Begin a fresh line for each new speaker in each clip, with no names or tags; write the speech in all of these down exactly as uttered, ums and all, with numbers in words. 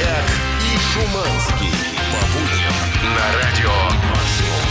Маяк и Шуманский. По будням на радио «Максимум».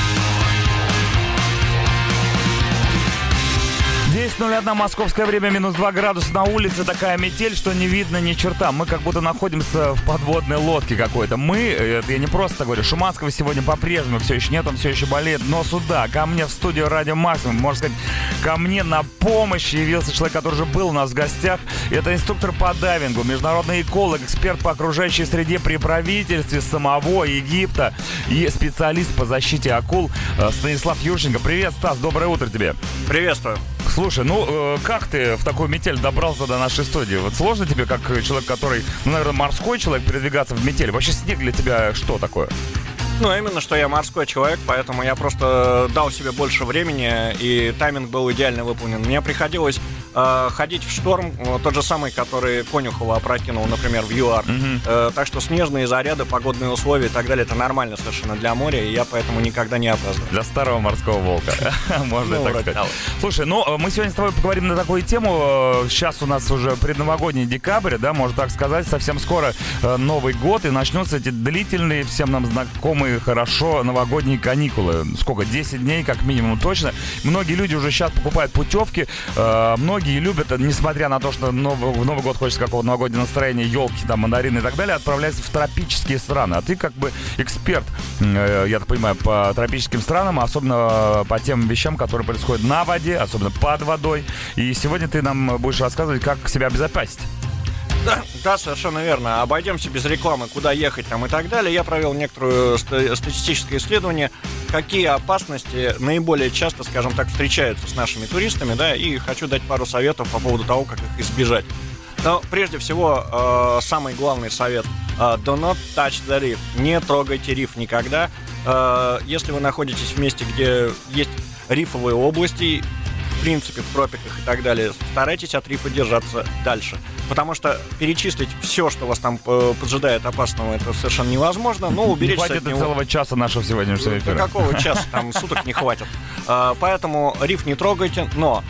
десять ноль один московское время, минус два градуса на улице, такая метель, что не видно ни черта. Мы как будто находимся в подводной лодке какой-то. Мы, это я не просто говорю, Шуманского сегодня по-прежнему все еще нет, он все еще болеет. Но сюда, ко мне в студию «Радио Максимум», можно сказать, ко мне на помощь явился человек, который уже был у нас в гостях. Это инструктор по дайвингу, международный эколог, эксперт по окружающей среде при правительстве самого Египта и специалист по защите акул Станислав Юрченко. Привет, Стас, доброе утро тебе.
Приветствую.
Слушай, ну э, как ты в такую метель добрался до нашей студии? Вот сложно тебе, как человек, который, ну, наверное, морской человек, передвигаться в метель? Вообще снег для тебя что такое?
Ну, именно, что я морской человек, поэтому я просто дал себе больше времени, и тайминг был идеально выполнен. Мне приходилось э, ходить в шторм, тот же самый, который Конюхова опрокинул, например, в ЮАР. Mm-hmm. Э, так что снежные заряды, погодные условия и так далее, это нормально совершенно для моря, и я поэтому никогда не опаздываю.
Для старого морского волка, можно так сказать. Слушай, ну, мы сегодня с тобой поговорим на такую тему. Сейчас у нас уже предновогодний декабрь, да, можно так сказать. Совсем скоро Новый год, и начнутся эти длительные, всем нам знакомые хорошо новогодние каникулы. Сколько? десять дней, как минимум, точно. Многие люди уже сейчас покупают путевки. Э, многие любят, несмотря на то, что новый, в Новый год хочется какого-то новогоднего настроения, елки, там, мандарины и так далее, отправляются в тропические страны. А ты как бы эксперт, э, я так понимаю, по тропическим странам, особенно по тем вещам, которые происходят на воде, особенно под водой. И сегодня ты нам будешь рассказывать, как себя обезопасить.
Да, да, совершенно верно. Обойдемся без рекламы, куда ехать там и так далее. Я провел некоторое статистическое исследование, какие опасности наиболее часто, скажем так, встречаются с нашими туристами, да, и хочу дать пару советов по поводу того, как их избежать. Но прежде всего, э, самый главный совет э, – do not touch the reef. Не трогайте риф никогда. Э, если вы находитесь в месте, где есть рифовые области, в принципе, в тропиках и так далее, старайтесь от рифа держаться дальше. Потому что перечислить все, что вас там поджидает опасного, это совершенно невозможно. Но уберечься
от него... хватит целого часа нашего сегодняшнего эфира.
До какого часа? Там суток не хватит. Поэтому риф не трогайте, но...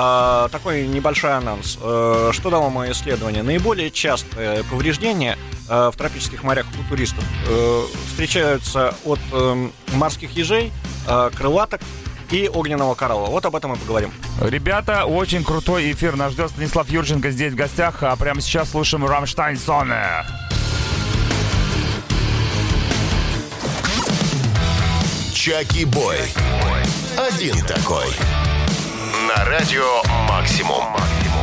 такой небольшой анонс. Что дало мое исследование? Наиболее частые повреждения в тропических морях у туристов встречаются от морских ежей, крылаток и огненного коралла. Вот об этом мы поговорим.
Ребята, очень крутой эфир нас ждет. Станислав Юрченко здесь в гостях. А прямо сейчас слушаем Рамштайн Sonne.
Чаки Бой. Один такой. На радио «Максимум».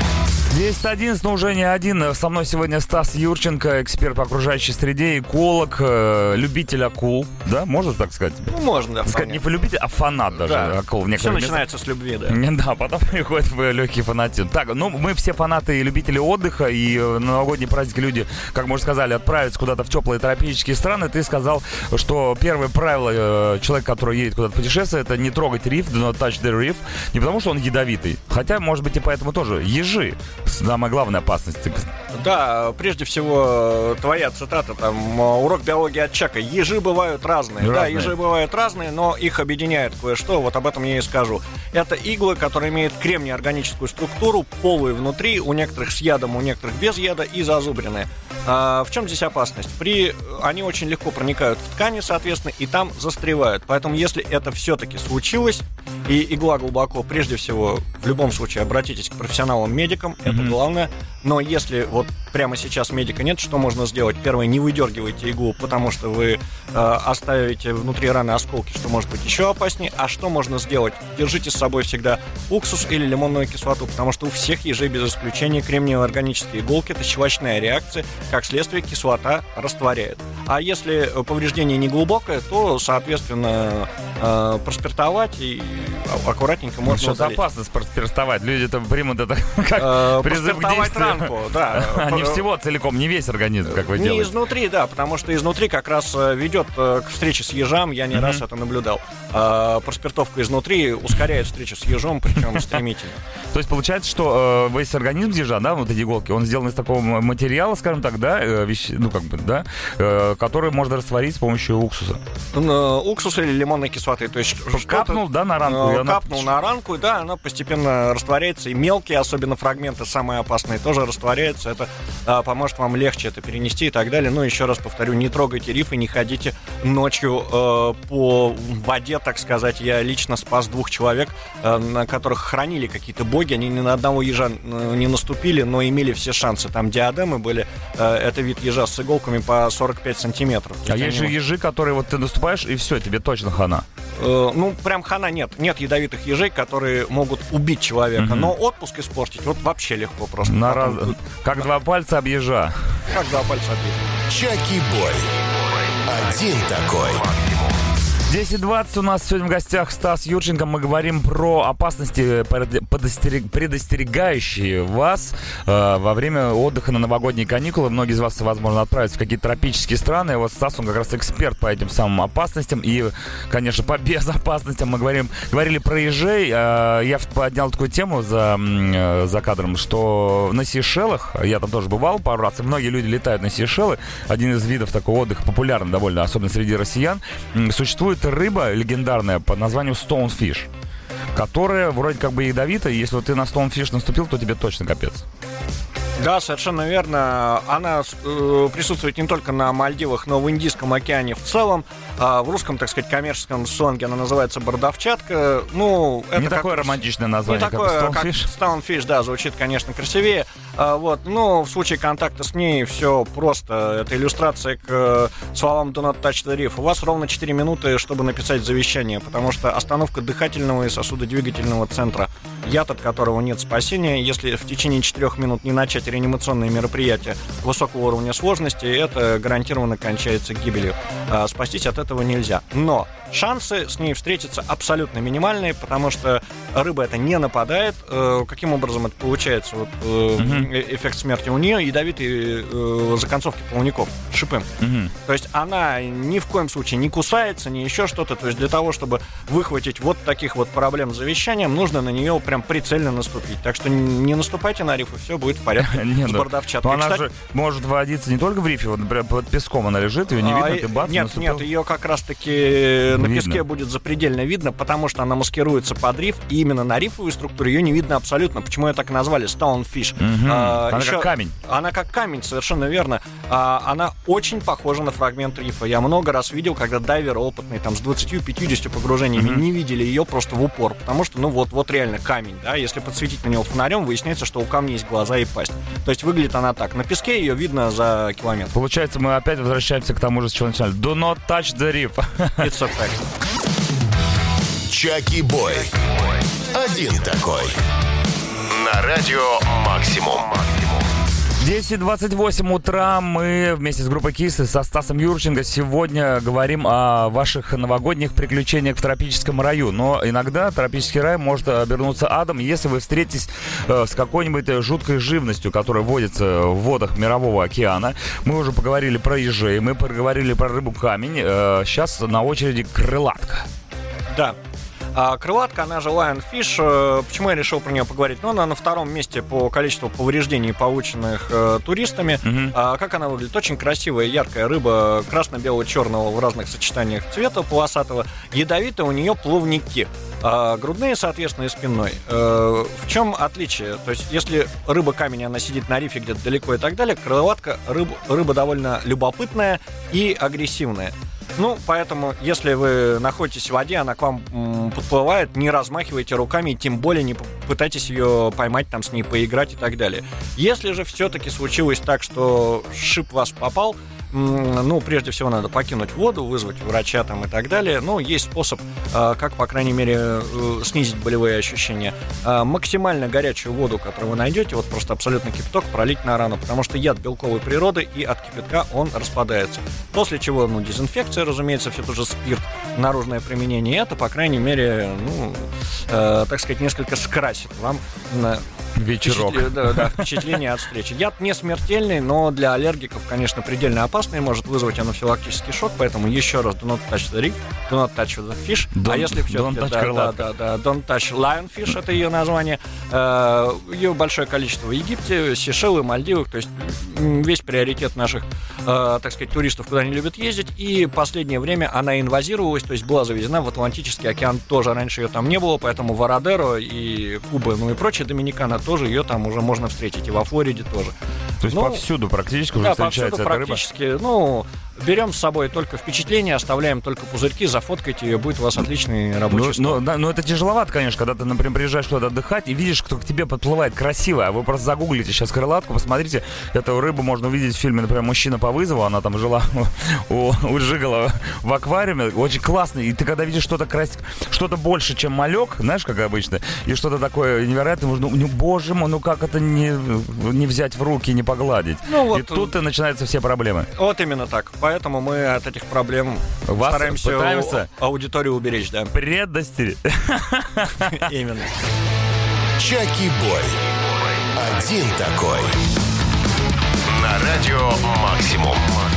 десять одиннадцать, но уже не один. Со мной сегодня Стас Юрченко, эксперт по окружающей среде, эколог, э, любитель акул. Да, можно так сказать?
Ну, можно, да.
Сказать, не любитель, а фанат даже
да.
акул.
Все начинается с любви, да.
Да, потом приходит в легкий фанатизм. Так, ну, мы все фанаты и любители отдыха, и на новогодние праздники люди, как мы уже сказали, отправятся куда-то в теплые тропические страны. Ты сказал, что первое правило э, человека, который едет куда-то путешествовать, это не трогать риф, do not touch the reef. Не потому, что он ядовитый, хотя, может быть, и поэтому тоже. Ежи. Самая главная опасность.
Да, прежде всего, твоя цитата, там, урок биологии от Чака. Ежи бывают разные. разные. Да, ежи бывают разные, но их объединяет кое-что. Вот об этом я и скажу. Это иглы, которые имеют кремний-органическую структуру, полые внутри, у некоторых с ядом, у некоторых без яда и зазубренные. А, в чем здесь опасность? При... Они очень легко проникают в ткани, соответственно, и там застревают. Поэтому, если это все-таки случилось, и игла глубоко, прежде всего, в любом случае, обратитесь к профессионалам-медикам, mm-hmm. это главное. Но если вот прямо сейчас медика нет, что можно сделать? Первое, не выдергивайте иглу, потому что вы э, оставите внутри раны осколки, что может быть еще опаснее. А что можно сделать? Держите с собой всегда уксус или лимонную кислоту, потому что у всех ежей без исключения кремниево-органические иголки – это щелочная реакция, как следствие кислота растворяет. А если повреждение не глубокое, то, соответственно, э, проспиртовать и аккуратненько можно
ну,
удалить.
Что-то опасно проспиртовать. Люди-то примут это как э, призыв к действию.
Ранку, да.
Не всего целиком, не весь организм, как вы
не
делаете.
Не изнутри, да, потому что изнутри как раз ведет к встрече с ежом, я не mm-hmm. раз это наблюдал. А, проспиртовка изнутри ускоряет встречу с ежом, причем стремительно.
То есть получается, что э, весь организм ежа, да, вот эти иголки, он сделан из такого материала, скажем так, да, э, вещ... ну как бы, да, э, который можно растворить с помощью уксуса.
Уксус или лимонной кислоты, то есть
капнул, да, на ранку.
Капнул она... на ранку, да, она постепенно растворяется, и мелкие, особенно фрагменты, самые опасные, тоже тоже растворяется. Это а, поможет вам легче это перенести и так далее. Ну, еще раз повторю, не трогайте рифы, не ходите ночью э, по воде, так сказать. Я лично спас двух человек, э, на которых хранили какие-то боги. Они ни на одного ежа не наступили, но имели все шансы. Там диадемы были. Э, это вид ежа с иголками по сорок пять сантиметров.
А есть же ежи, которые вот ты наступаешь, и все, тебе точно хана.
Э, ну, прям хана нет. Нет ядовитых ежей, которые могут убить человека. Mm-hmm. Но отпуск испортить вот вообще легко просто.
На раз... Как два пальца об ежа.
Как два пальца об ежа.
Чаки-бой. Один такой.
десять двадцать у нас сегодня в гостях Стас Юрченко. Мы говорим про опасности, предостерегающие вас э, во время отдыха на новогодние каникулы. Многие из вас, возможно, отправятся в какие-то тропические страны. Вот Стас, он как раз эксперт по этим самым опасностям. И, конечно, по безопасностям мы говорим, говорили про ежей. Э, я поднял такую тему за, э, за кадром, что на Сейшелах, я там тоже бывал пару раз, и многие люди летают на Сейшелы. Один из видов такого отдыха популярный довольно, особенно среди россиян. Существует рыба легендарная под названием stonefish, которая вроде как бы ядовитая. Если вот ты на stonefish наступил, то тебе точно капец.
Да, совершенно верно. Она э, присутствует не только на Мальдивах, но в Индийском океане в целом. А в русском, так сказать, коммерческом сланге она называется бородавчатка. Ну, это
не
как...
такое романтичное название,
не такое,
как stonefish.
Как stonefish, да, звучит, конечно, красивее. А, вот, но в случае контакта с ней все просто. Это иллюстрация к э, словам «Do not touch the reef». У вас ровно четыре минуты, чтобы написать завещание, потому что остановка дыхательного и сосудодвигательного центра, яд от которого нет спасения, если в течение четырех минут не начать реанимационные мероприятия высокого уровня сложности, это гарантированно кончается гибелью. А, спастись от этого нельзя. Но шансы с ней встретиться абсолютно минимальные, потому что рыба эта не нападает. Э, каким образом это получается? Вот, э, mm-hmm. эффект смерти у нее ядовитые э, законцовки плавников, шипы. Mm-hmm. То есть она ни в коем случае не кусается, ни еще что-то. То есть для того, чтобы выхватить вот таких вот проблем с завещанием, нужно на нее прям прицельно наступить. Так что не наступайте на риф, и все будет в порядке с бородавчаткой.
Но она же может водиться не только в рифе, вот, например, под песком она лежит, ее не видно, ты бац,
Нет,
наступил.
нет, ее как раз-таки на песке видно. Будет запредельно видно, потому что она маскируется под риф, и именно на рифовой структуре ее не видно абсолютно. Почему ее так и назвали? Stonefish.
Угу. А, она
еще...
как камень.
Она как камень, совершенно верно. А, она очень похожа на фрагмент рифа. Я много раз видел, когда дайверы опытные, там, с двадцатью-пятьюдесятью погружениями угу. не видели ее просто в упор, потому что, ну, вот, вот реально камень, да, если подсветить на него фонарем, выясняется, что у камня есть глаза и пасть. То есть выглядит она так. На песке ее видно за километр.
Получается, мы опять возвращаемся к тому же, с чего начали. Do not touch the reef.
It's a fact.
Чаки-бой. Один такой. На радио «Максимум».
десять двадцать восемь утра. Мы вместе с группой Kiss со Стасом Юрченко сегодня говорим о ваших новогодних приключениях в тропическом раю. Но иногда тропический рай может обернуться адом, если вы встретитесь э, с какой-нибудь жуткой живностью, которая водится в водах Мирового океана. Мы уже поговорили про ежей, мы поговорили про рыбу-камень. Э, сейчас на очереди крылатка.
Да. А крылатка, она же lionfish. Почему я решил про нее поговорить? Ну, она на втором месте по количеству повреждений, полученных э, туристами. Mm-hmm. А как она выглядит? Очень красивая, яркая рыба красно-бело-черного в разных сочетаниях цвета полосатого. Ядовитые у нее плавники. А, грудные, соответственно, и спинной. А, в чем отличие? То есть, если рыба-камень, она сидит на рифе где-то далеко и так далее, крылатка рыб, рыба довольно любопытная и агрессивная. Ну, поэтому, если вы находитесь в воде, она к вам м, подплывает, не размахивайте руками, и тем более не пытайтесь ее поймать, там, с ней поиграть и так далее. Если же все-таки случилось так, что шип вас попал, м, ну, прежде всего, надо покинуть воду, вызвать врача там и так далее. Ну, есть способ, э, как, по крайней мере, э, снизить болевые ощущения. Э, максимально горячую воду, которую вы найдете, вот просто абсолютно кипяток, пролить на рану, потому что яд белковой природы, и от кипятка он распадается. После чего, ну, дезинфекция, разумеется, все тот же спирт, наружное применение, это, по крайней мере, ну, э, так сказать, несколько скрасит вам э,
вечерок.
Впечатли... Да, да, впечатление от встречи. Яд не смертельный, но для аллергиков, конечно, предельно опасный, может вызвать анафилактический шок, поэтому еще раз, do not touch the reef, do not touch the fish.
Don't,
а если все-таки,
да,
да, да, да, don't touch lionfish, это ее название. Э, ее большое количество в Египте, Сейшелы, Мальдивах, то есть весь приоритет наших, э, так сказать, туристов, куда они любят ездить, и последнее время она инвазировалась, то есть была завезена в Атлантический океан тоже, раньше ее там не было, поэтому Варадеро и Куба, ну и прочее, Доминикана, тоже ее там уже можно встретить, и во Флориде тоже.
То есть ну, повсюду практически уже
да,
встречается
повсюду
эта
практически,
рыба?
Ну, берем с собой только впечатления, оставляем только пузырьки, зафоткайте ее, будет у вас отличный рабочий
ну,
стол.
Ну, да, но это тяжеловато, конечно, когда ты, например, приезжаешь туда отдыхать и видишь, кто к тебе подплывает красиво, а вы просто загуглите сейчас крылатку, посмотрите, эту рыбу можно увидеть в фильме, например, «Мужчина по вызову», она там жила у, у Жигала в аквариуме, очень классно, и ты когда видишь что-то крас... что-то больше, чем малек, знаешь, как обычно, и что-то такое невероятное, ну, ну боже мой, ну как это не, не взять в руки, не погладить? Ну, вот, и тут и начинаются все проблемы.
Вот именно так, поэтому мы от этих проблем
Вас
стараемся
пытаемся
аудиторию уберечь, да.
Предостеречь.
Именно.
Чаки-бой. Один такой. На радио «Максимум».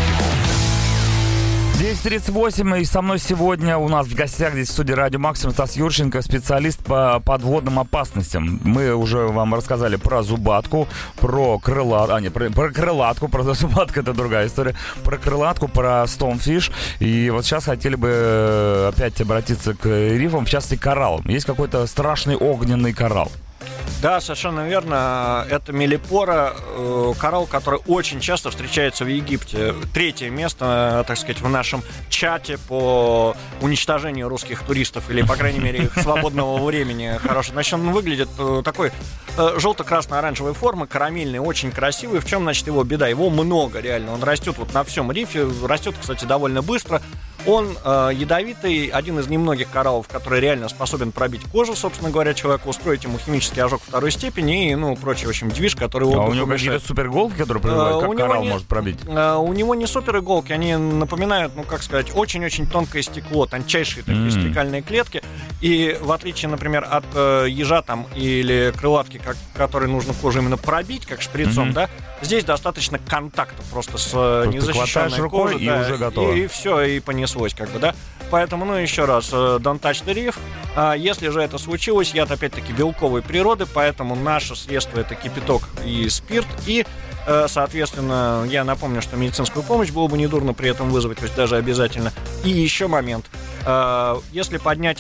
десять тридцать восемь, и со мной сегодня у нас в гостях здесь в студии «Радио Максимум» Стас Юрченко, специалист по подводным опасностям. Мы уже вам рассказали про зубатку, про крылатку, а не, про, про крылатку, про зубатку это другая история, про крылатку, про стоунфиш. И вот сейчас хотели бы опять обратиться к рифам, в частности, кораллам. Есть какой-то страшный огненный коралл?
Да, совершенно верно. Это мелипора, коралл, который очень часто встречается в Египте. Третье место, так сказать, в нашем чате по уничтожению русских туристов, или, по крайней мере, их свободного времени. Хороший. Значит, он выглядит такой желто-красно-оранжевой формы, карамельный, очень красивый. В чем, значит, его беда? Его много, реально. Он растет вот на всем рифе. Растет, кстати, довольно быстро. Он э, ядовитый, один из немногих кораллов, который реально способен пробить кожу, собственно говоря, человеку, устроить ему химический ожог второй степени и, ну, прочий, в общем, движ, который...
А у него какие-то супериголки, которые пробивают, как коралл
не,
может пробить?
Uh, у него не супериголки, они напоминают, ну, как сказать, очень-очень тонкое стекло, тончайшие такие mm. стекальные клетки, и в отличие, например, от э, ежа там или крылатки, как, которой нужно кожу именно пробить, как шприцом, mm-hmm. да, здесь достаточно контакта просто с просто незащищенной кожей,
и
да,
уже готово.
И, и все, и понеслось, как бы, да. Поэтому, ну, еще раз, don't touch the reef. А если же это случилось, яд, опять-таки, белковой природы, поэтому наше средство — это кипяток и спирт, и, соответственно, я напомню, что медицинскую помощь было бы недурно при этом вызвать, то есть даже обязательно. И еще момент. Если поднять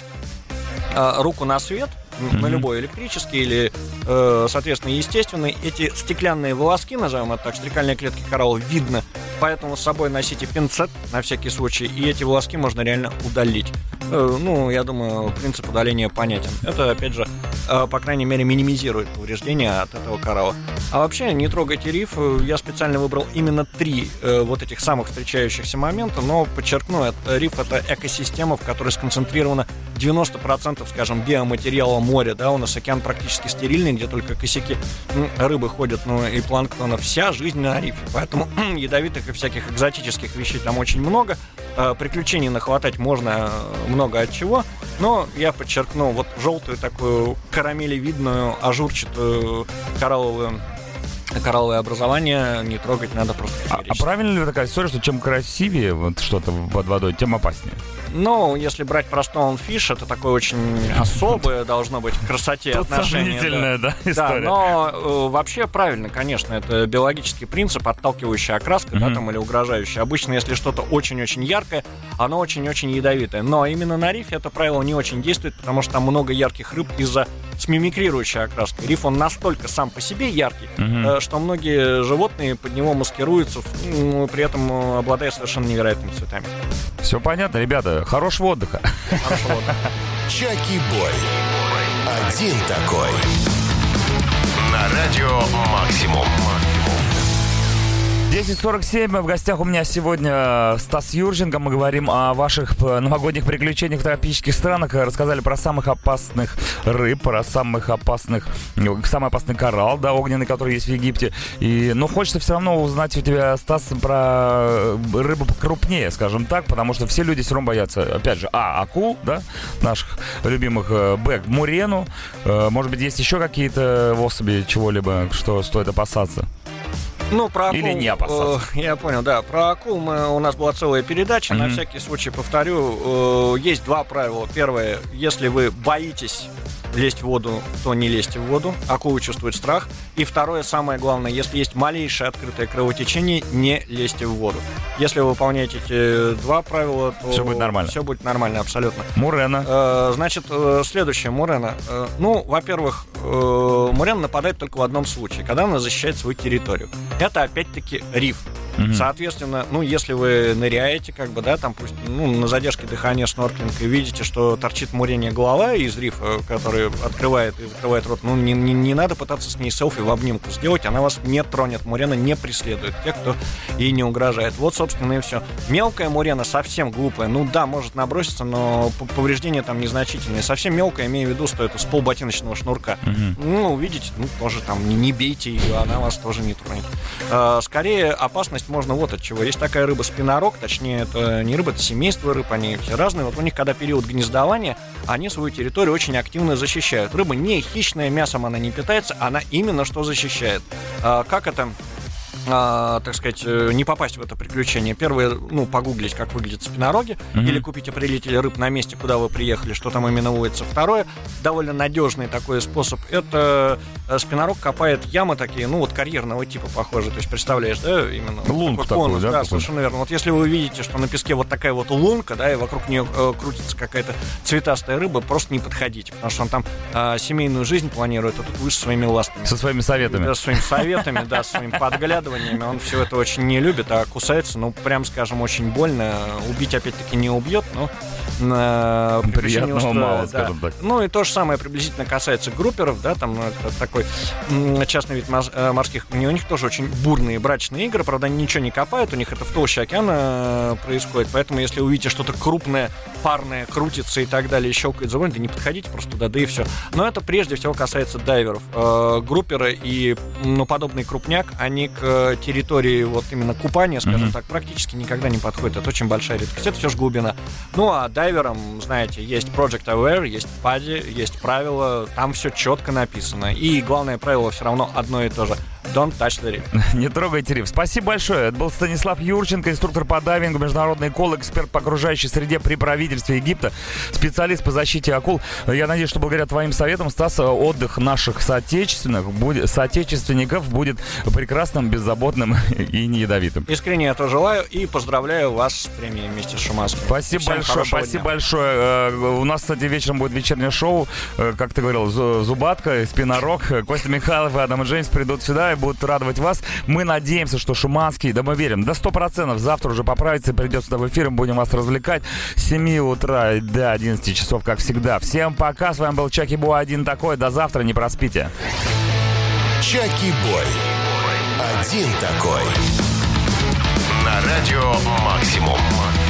руку на свет, mm-hmm. на любой электрический или, э, соответственно, естественный, эти стеклянные волоски, назовем это так, стекальные клетки коралла, видно, поэтому с собой носите пинцет на всякий случай, и эти волоски можно реально удалить. Э, ну, я думаю, принцип удаления понятен. Это, опять же, э, по крайней мере, минимизирует повреждения от этого коралла. А вообще, не трогайте риф. Я специально выбрал именно три э, вот этих самых встречающихся момента, но, подчеркну, это, риф — это экосистема, в которой сконцентрировано девяносто процентов, скажем, биоматериала моря, да, у нас океан практически стерильный, где только косяки ну, рыбы ходят, ну и планктона, вся жизнь на рифе, поэтому ядовитых и всяких экзотических вещей там очень много, э, приключений нахватать можно много от чего, но я подчеркну вот желтую такую карамелевидную, ажурчатую коралловую коралловое образование не трогать надо просто.
А, а правильно ли такая история, что чем красивее вот что-то под водой, тем опаснее?
Ну, если брать про стоунфиш, это такое очень особое должно быть к красоте отношение.
Сомнительная, да, да, история.
Да, но э, вообще правильно, конечно, это биологический принцип, отталкивающая окраска, mm-hmm. да, там, или угрожающая. Обычно, если что-то очень-очень яркое, оно очень-очень ядовитое. Но именно на рифе это правило не очень действует, потому что там много ярких рыб из-за с мимикрирующей окраской. Риф, он настолько сам по себе яркий, mm-hmm. э, что многие животные под него маскируются, ну, при этом обладая совершенно невероятными цветами.
Все понятно, ребята. Хорошего отдыха.
Хорошего отдыха.
Чаки-бой. Один такой. На радио «Максимум».
десять сорок семь. В гостях у меня сегодня Стас Юрченко. Мы говорим о ваших новогодних приключениях в тропических странах. Рассказали про самых опасных рыб, про самых опасных, самый опасный коралл, да, огненный, который есть в Египте. И, ну, хочется все равно узнать у тебя, Стас, про рыбу покрупнее, скажем так, потому что все люди все равно боятся, опять же, а, акул, да, наших любимых, б, мурену. Может быть, есть еще какие-то особи чего-либо, что стоит опасаться?
Ну, про акул,
или не опасаться.
Э, я понял, да. Про акул мы, у нас была целая передача. Mm-hmm. На всякий случай повторю. Э, есть два правила. Первое, если вы боитесь лезть в воду, то не лезьте в воду. Акулы чувствуют страх. И второе, самое главное, если есть малейшее открытое кровотечение, не лезьте в воду. Если вы выполняете эти два правила, то
все будет нормально.
Все будет нормально, абсолютно.
Мурена.
Э, значит, э, следующее, мурена. Э, ну, во-первых, э, мурена нападает только в одном случае, когда она защищает свою территорию. Это, опять-таки, риф. Mm-hmm. Соответственно, ну, если вы ныряете, как бы, да, там, пусть, ну, на задержке дыхания, снорклинг, и видите, что торчит муренья голова из рифа, который открывает и закрывает рот, ну, не, не, не надо пытаться с ней селфи в обнимку сделать, она вас не тронет, мурена не преследует тех, кто ей не угрожает. Вот, собственно, и все. Мелкая мурена совсем глупая, ну, да, может наброситься, но повреждения там незначительные. Совсем мелкая, имею в виду, что это с полботиночного шнурка. Mm-hmm. Ну, увидите, ну, тоже там, не, не бейте ее, она вас тоже не тронет. А, скорее, опасность можно вот от чего. Есть такая рыба спинорог, точнее, это не рыба, это семейство рыб, они все разные. Вот у них, когда период гнездования, они свою территорию очень активно защищают. Рыба не хищная, мясом она не питается, она именно что защищает. А, как это... А, так сказать, не попасть в это приключение. Первое, ну, погуглить, как выглядят спинороги, mm-hmm. или купить определитель рыб на месте, куда вы приехали, что там именуется. Второе, довольно надежный такой способ, это спинорог копает ямы такие, ну, вот карьерного типа похожие. То есть, представляешь, да, именно
лунку
такой конус,
такую, да?
Да, совершенно верно. Вот если вы видите, что на песке вот такая вот лунка, да, и вокруг нее э, крутится какая-то цветастая рыба, просто не подходите, потому что он там э, семейную жизнь планирует, а тут вы со своими ластами.
Со своими советами.
Да, со своими советами, да, со своим подглядыванием. Он все это очень не любит, а кусается, ну, прям скажем, очень больно. Убить, опять-таки, не убьет, но э,
приятного устроит, мало, да. Скажем так.
Ну, и то же самое приблизительно касается групперов, да, там, ну, это такой частный вид морских, у них тоже очень бурные брачные игры, правда, они ничего не копают, у них это в толще океана происходит, поэтому, если увидите что-то крупное, парное, крутится и так далее, щелкает зубами, да не подходите просто туда, да и все. Но это прежде всего касается дайверов. Э, групперы и, ну, подобный крупняк, они к территории вот именно купания, скажем mm-hmm. так, практически никогда не подходит. Это очень большая редкость. Это все же глубина. Ну, а дайверам, знаете, есть Project Aware, есть пади, есть правила, там все четко написано. И главное правило все равно одно и то же. Don't touch the reef.
Не трогайте риф. Спасибо большое. Это был Станислав Юрченко, инструктор по дайвингу, международный эколог, эксперт по окружающей среде при правительстве Египта, специалист по защите акул. Я надеюсь, что благодаря твоим советам, Стас, отдых наших соотечественных, будет, соотечественников будет прекрасным, беззаботным и не ядовитым.
Искренне это желаю и поздравляю вас с премией вместе с Шуманским.
Спасибо Всем большое. Спасибо дня. большое. У нас, кстати, вечером будет вечернее шоу. Как ты говорил, Зубатка, Спинорог, Костя Михайлов и Адам Джеймс придут сюда и будут радовать вас. Мы надеемся, что Шуманский, да мы верим, до сто процентов завтра уже поправится и придет сюда в эфир, мы будем вас развлекать с семи утра до одиннадцати часов, как всегда. Всем пока, с вами был Чаки Бой, один такой, до завтра, не проспите.
Чаки Бой, один такой. На радио Максимум.